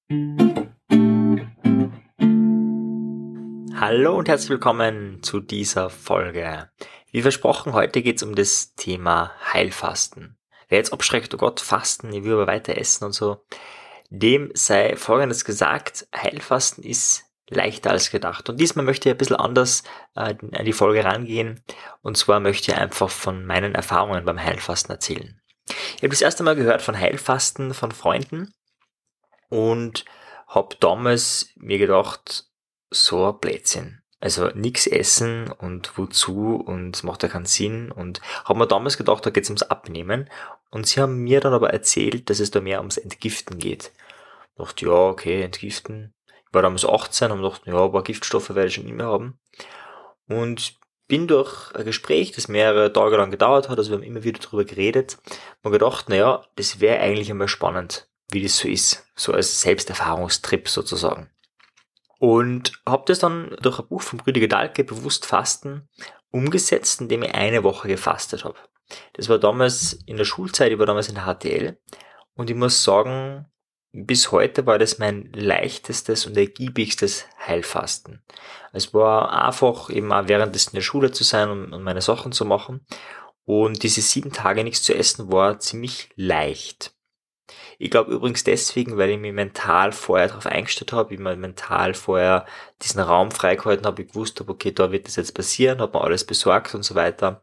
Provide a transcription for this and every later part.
Hallo und herzlich willkommen zu dieser Folge. Wie versprochen, heute geht es um das Thema Heilfasten. Wer jetzt abschreckt, oh Gott, Fasten, ich will aber weiter essen und so, dem sei Folgendes gesagt: Heilfasten ist leichter als gedacht. Und diesmal möchte ich ein bisschen anders an die Folge rangehen. Und zwar möchte ich einfach von meinen Erfahrungen beim Heilfasten erzählen. Ich habe das erste Mal gehört von Heilfasten von Freunden und habe damals mir gedacht, so ein Blödsinn. Also nix essen und wozu und macht ja keinen Sinn, und habe mir damals gedacht, da geht's ums Abnehmen, und sie haben mir dann aber erzählt, dass es da mehr ums Entgiften geht. Ich dachte, ja, okay, Entgiften. Ich war damals 18 und dachte, ja, ein paar Giftstoffe werde ich schon immer haben. Und bin durch ein Gespräch, das mehrere Tage lang gedauert hat, also wir haben immer wieder darüber geredet, mir gedacht, naja, das wäre eigentlich einmal spannend, wie das so ist, so als Selbsterfahrungstrip sozusagen. Und habe das dann durch ein Buch von Rüdiger Dahlke, Bewusst Fasten, umgesetzt, indem ich eine Woche gefastet habe. Das war damals in der Schulzeit, ich war damals in der HTL, und ich muss sagen, bis heute war das mein leichtestes und ergiebigstes Heilfasten. Es war einfach eben auch währenddessen in der Schule zu sein und meine Sachen zu machen, und diese 7 Tage nichts zu essen war ziemlich leicht. Ich glaube übrigens deswegen, weil ich mich mental vorher darauf eingestellt habe, ich mir mental vorher diesen Raum freigehalten habe, ich gewusst habe, okay, da wird das jetzt passieren, habe mir alles besorgt und so weiter.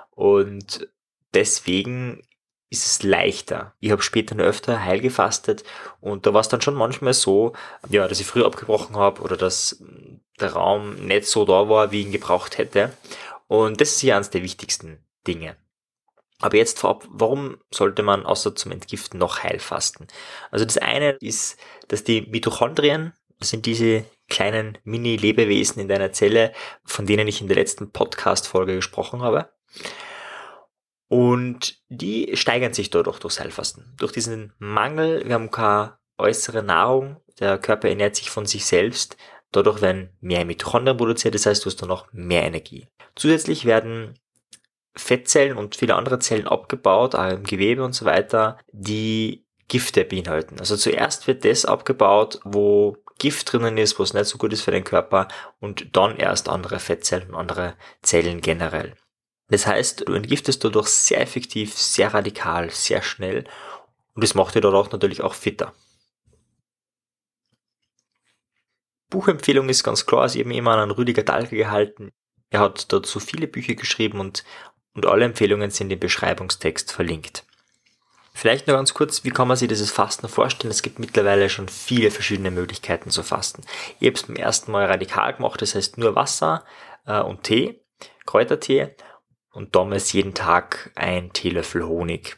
Und deswegen ist es leichter. Ich habe später noch öfter heil gefastet, und da war es dann schon manchmal so, ja, dass ich früh abgebrochen habe oder dass der Raum nicht so da war, wie ich ihn gebraucht hätte. Und das ist ja eines der wichtigsten Dinge. Aber jetzt vorab, warum sollte man außer zum Entgiften noch Heilfasten? Also das eine ist, dass die Mitochondrien, das sind diese kleinen Mini-Lebewesen in deiner Zelle, von denen ich in der letzten Podcast-Folge gesprochen habe. Und die steigern sich dadurch durchs Heilfasten. Durch diesen Mangel, wir haben keine äußere Nahrung, der Körper ernährt sich von sich selbst, dadurch werden mehr Mitochondrien produziert, das heißt, du hast dann noch mehr Energie. Zusätzlich werden Fettzellen und viele andere Zellen abgebaut, auch im Gewebe und so weiter, die Gifte beinhalten. Also zuerst wird das abgebaut, wo Gift drinnen ist, wo es nicht so gut ist für den Körper, und dann erst andere Fettzellen und andere Zellen generell. Das heißt, du entgiftest dadurch sehr effektiv, sehr radikal, sehr schnell, und das macht dich dadurch natürlich auch fitter. Buchempfehlung ist ganz klar, also ich habe mich immer an Rüdiger Dahlke gehalten. Er hat dazu viele Bücher geschrieben, und alle Empfehlungen sind im Beschreibungstext verlinkt. Vielleicht noch ganz kurz, wie kann man sich dieses Fasten vorstellen? Es gibt mittlerweile schon viele verschiedene Möglichkeiten zu fasten. Ich habe es beim ersten Mal radikal gemacht, das heißt nur Wasser und Tee, Kräutertee, und damals jeden Tag ein Teelöffel Honig.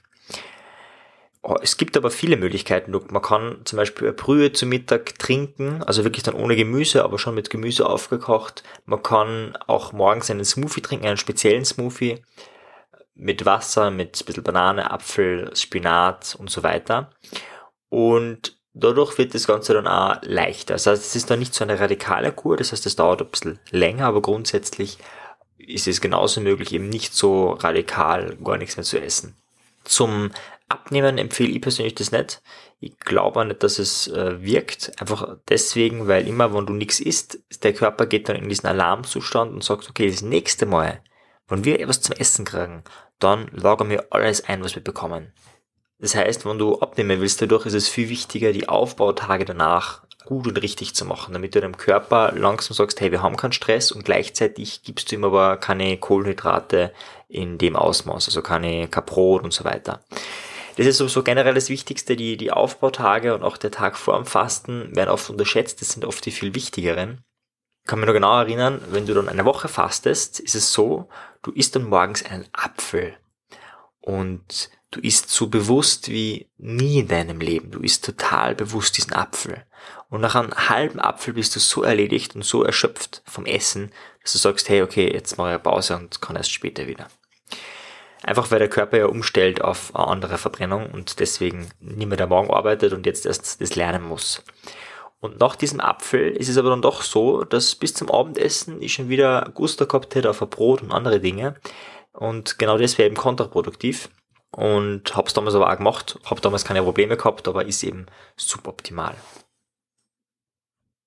Es gibt aber viele Möglichkeiten. Man kann zum Beispiel eine Brühe zu Mittag trinken, also wirklich dann ohne Gemüse, aber schon mit Gemüse aufgekocht. Man kann auch morgens einen Smoothie trinken, einen speziellen Smoothie mit Wasser, mit ein bisschen Banane, Apfel, Spinat und so weiter. Und dadurch wird das Ganze dann auch leichter. Das heißt, es ist dann nicht so eine radikale Kur, das heißt, es dauert ein bisschen länger, aber grundsätzlich ist es genauso möglich, eben nicht so radikal gar nichts mehr zu essen. Zum Abnehmen empfehle ich persönlich das nicht. Ich glaube auch nicht, dass es wirkt. Einfach deswegen, weil immer, wenn du nichts isst, der Körper geht dann in diesen Alarmzustand und sagt, okay, das nächste Mal, wenn wir etwas zum Essen kriegen, dann lagern wir alles ein, was wir bekommen. Das heißt, wenn du abnehmen willst, dadurch ist es viel wichtiger, die Aufbautage danach gut und richtig zu machen, damit du deinem Körper langsam sagst, hey, wir haben keinen Stress, und gleichzeitig gibst du ihm aber keine Kohlenhydrate in dem Ausmaß, also kein Brot und so weiter. Das ist sowieso generell das Wichtigste, die Aufbautage und auch der Tag vor dem Fasten werden oft unterschätzt, das sind oft die viel wichtigeren. Ich kann mich noch genau erinnern, wenn du dann eine Woche fastest, ist es so, du isst dann morgens einen Apfel und du isst so bewusst wie nie in deinem Leben. Du isst total bewusst diesen Apfel. Und nach einem halben Apfel bist du so erledigt und so erschöpft vom Essen, dass du sagst, hey, okay, jetzt mache ich eine Pause und kann erst später wieder. Einfach weil der Körper ja umstellt auf eine andere Verbrennung und deswegen nicht mehr der Magen arbeitet und jetzt erst das lernen muss. Und nach diesem Apfel ist es aber dann doch so, dass bis zum Abendessen ich schon wieder Gusto gehabt hätte auf ein Brot und andere Dinge. Und genau das wäre eben kontraproduktiv. Und habe es damals aber auch gemacht, habe damals keine Probleme gehabt, aber ist eben suboptimal.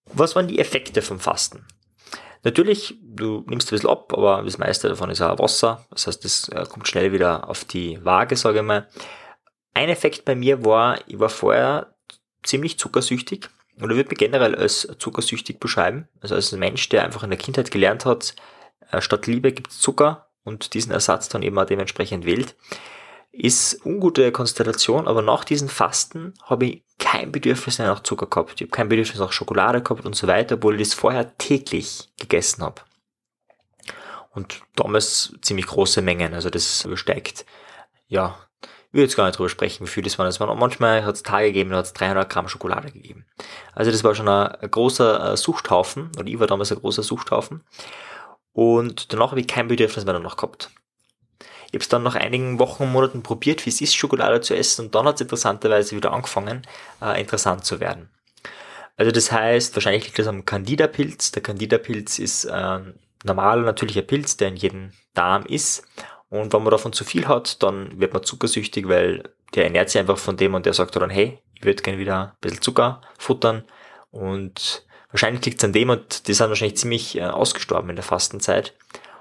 Was waren die Effekte vom Fasten? Natürlich, du nimmst ein bisschen ab, aber das meiste davon ist auch Wasser. Das heißt, das kommt schnell wieder auf die Waage, sage ich mal. Ein Effekt bei mir war, ich war vorher ziemlich zuckersüchtig. Oder würde mich generell als zuckersüchtig beschreiben. Also als ein Mensch, der einfach in der Kindheit gelernt hat, statt Liebe gibt's Zucker und diesen Ersatz dann eben auch dementsprechend wählt. Ist ungute Konstellation, aber nach diesem Fasten habe ich kein Bedürfnis mehr nach Zucker gehabt. Ich habe kein Bedürfnis nach Schokolade gehabt und so weiter, obwohl ich das vorher täglich gegessen habe. Und damals ziemlich große Mengen, also das übersteigt, ja, ich will jetzt gar nicht drüber sprechen, wie viel das waren. Es waren manchmal hat es Tage gegeben, da hat es 300 Gramm Schokolade gegeben. Also das war schon ein großer Suchthaufen, oder ich war damals ein großer Suchthaufen. Und danach habe ich kein Bedürfnis mehr danach gehabt. Ich habe es dann nach einigen Wochen und Monaten probiert, wie es ist, Schokolade zu essen, und dann hat es interessanterweise wieder angefangen, interessant zu werden. Also das heißt, wahrscheinlich liegt das am Candida-Pilz. Der Candida-Pilz ist ein normaler, natürlicher Pilz, der in jedem Darm ist. Und wenn man davon zu viel hat, dann wird man zuckersüchtig, weil der ernährt sich einfach von dem und der sagt dann, hey, ich würde gerne wieder ein bisschen Zucker futtern. Und wahrscheinlich liegt es an dem, und die sind wahrscheinlich ziemlich ausgestorben in der Fastenzeit.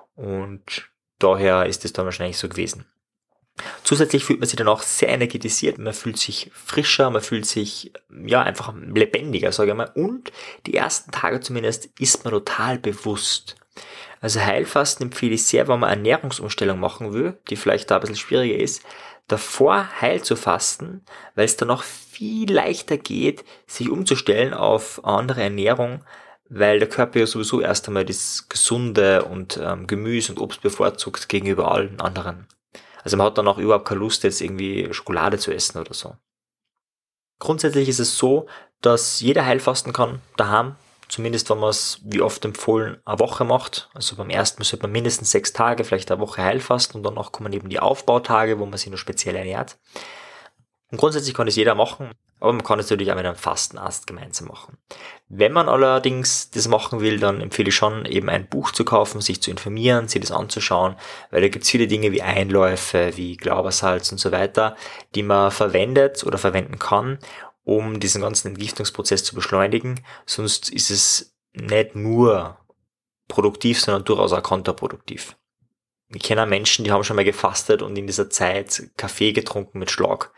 Und daher ist es dann wahrscheinlich so gewesen. Zusätzlich fühlt man sich dann auch sehr energetisiert, man fühlt sich frischer, man fühlt sich ja einfach lebendiger, sage ich mal. Und die ersten Tage zumindest ist man total bewusst. Also Heilfasten empfehle ich sehr, wenn man eine Ernährungsumstellung machen will, die vielleicht da ein bisschen schwieriger ist, davor heil zu fasten, weil es dann auch viel leichter geht, sich umzustellen auf eine andere Ernährung, weil der Körper ja sowieso erst einmal das Gesunde und Gemüse und Obst bevorzugt gegenüber allen anderen. Also man hat dann auch überhaupt keine Lust, jetzt irgendwie Schokolade zu essen oder so. Grundsätzlich ist es so, dass jeder heilfasten kann, daheim. Zumindest wenn man es, wie oft empfohlen, eine Woche macht. Also beim ersten sollte man mindestens 6 Tage, vielleicht eine Woche heilfasten, und danach kommen eben die Aufbautage, wo man sich nur speziell ernährt. Und grundsätzlich kann das jeder machen, aber man kann es natürlich auch mit einem Fastenarzt gemeinsam machen. Wenn man allerdings das machen will, dann empfehle ich schon, eben ein Buch zu kaufen, sich zu informieren, sich das anzuschauen, weil da gibt es viele Dinge wie Einläufe, wie Glaubersalz und so weiter, die man verwendet oder verwenden kann, um diesen ganzen Entgiftungsprozess zu beschleunigen. Sonst ist es nicht nur produktiv, sondern durchaus auch kontraproduktiv. Ich kenne auch Menschen, die haben schon mal gefastet und in dieser Zeit Kaffee getrunken mit Schlag.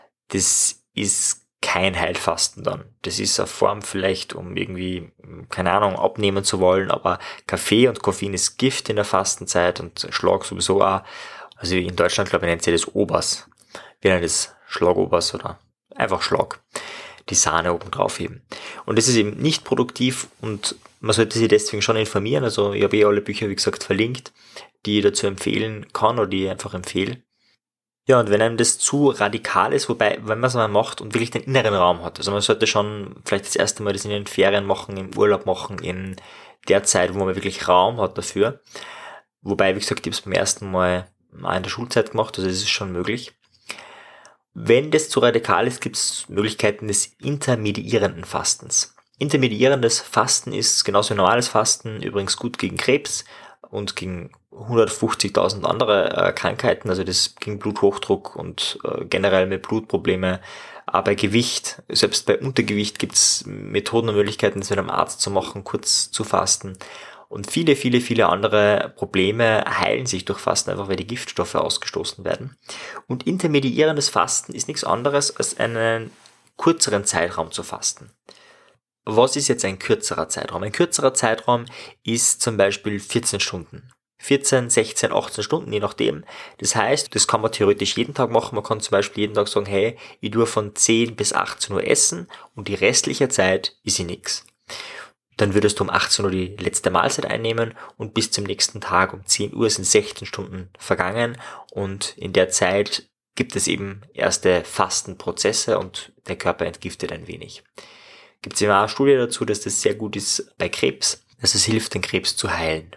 Das ist kein Heilfasten dann. Das ist eine Form vielleicht, um irgendwie, keine Ahnung, abnehmen zu wollen, aber Kaffee und Koffein ist Gift in der Fastenzeit und Schlag sowieso auch. Also in Deutschland, glaube ich, nennt sie das Obers. Wir nennen das Schlagobers oder einfach Schlag. Die Sahne oben drauf heben. Und das ist eben nicht produktiv und man sollte sich deswegen schon informieren. Also ich habe alle Bücher, wie gesagt, verlinkt, die ich dazu empfehlen kann oder die ich einfach empfehle. Ja, und wenn einem das zu radikal ist, wobei, wenn man es mal macht und wirklich den inneren Raum hat, also man sollte schon vielleicht das erste Mal das in den Ferien machen, im Urlaub machen, in der Zeit, wo man wirklich Raum hat dafür. Wobei, wie gesagt, ich habe es beim ersten Mal in der Schulzeit gemacht, also das ist schon möglich. Wenn das zu radikal ist, gibt es Möglichkeiten des intermediierenden Fastens. Intermediierendes Fasten ist genauso wie normales Fasten übrigens gut gegen Krebs und gegen 150.000 andere Krankheiten, also das gegen Bluthochdruck und generell mit Blutprobleme, aber bei Gewicht, selbst bei Untergewicht gibt es Methoden und Möglichkeiten, das mit einem Arzt zu machen, kurz zu fasten. Und viele, viele, viele andere Probleme heilen sich durch Fasten, einfach weil die Giftstoffe ausgestoßen werden. Und intermediierendes Fasten ist nichts anderes, als einen kürzeren Zeitraum zu fasten. Was ist jetzt ein kürzerer Zeitraum? Ein kürzerer Zeitraum ist zum Beispiel 14 Stunden. 14, 16, 18 Stunden, je nachdem. Das heißt, das kann man theoretisch jeden Tag machen. Man kann zum Beispiel jeden Tag sagen, hey, ich tue von 10 bis 18 Uhr essen und die restliche Zeit ist nichts. Dann würdest du um 18 Uhr die letzte Mahlzeit einnehmen und bis zum nächsten Tag um 10 Uhr sind 16 Stunden vergangen und in der Zeit gibt es eben erste Fastenprozesse und der Körper entgiftet ein wenig. Gibt es immer eine Studie dazu, dass das sehr gut ist bei Krebs, dass es hilft, den Krebs zu heilen.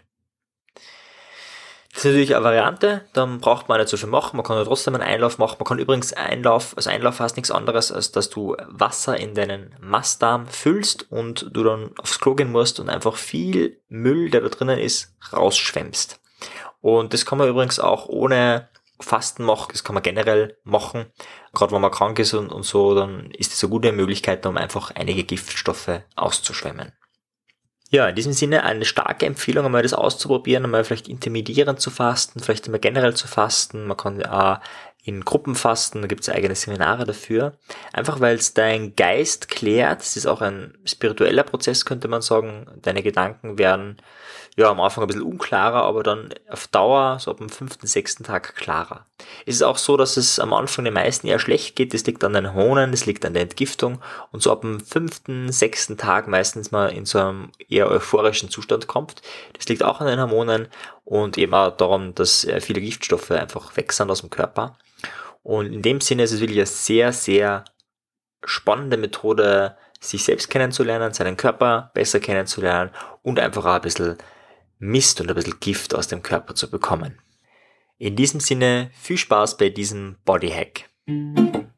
Das ist natürlich eine Variante, dann braucht man nicht so viel machen, man kann ja trotzdem einen Einlauf machen. Man kann übrigens Einlauf heißt nichts anderes, als dass du Wasser in deinen Mastdarm füllst und du dann aufs Klo gehen musst und einfach viel Müll, der da drinnen ist, rausschwemmst. Und das kann man übrigens auch ohne Fasten machen, das kann man generell machen. Gerade wenn man krank ist und so, dann ist das eine gute Möglichkeit, um einfach einige Giftstoffe auszuschwemmen. Ja, in diesem Sinne eine starke Empfehlung, einmal das auszuprobieren, einmal vielleicht intermittierend zu fasten, vielleicht einmal generell zu fasten. Man kann auch in Gruppen fasten, da gibt es eigene Seminare dafür. Einfach weil es deinen Geist klärt, es ist auch ein spiritueller Prozess, könnte man sagen. Deine Gedanken werden ja am Anfang ein bisschen unklarer, aber dann auf Dauer, so ab dem 5., 6. Tag klarer. Es ist auch so, dass es am Anfang den meisten eher schlecht geht, das liegt an den Hormonen, das liegt an der Entgiftung und so ab dem 5., 6. Tag meistens mal in so einem eher euphorischen Zustand kommt. Das liegt auch an den Hormonen und eben auch daran, dass viele Giftstoffe einfach weg sind aus dem Körper. Und in dem Sinne ist es wirklich eine sehr, sehr spannende Methode, sich selbst kennenzulernen, seinen Körper besser kennenzulernen und einfach auch ein bisschen Mist und ein bisschen Gift aus dem Körper zu bekommen. In diesem Sinne viel Spaß bei diesem Bodyhack.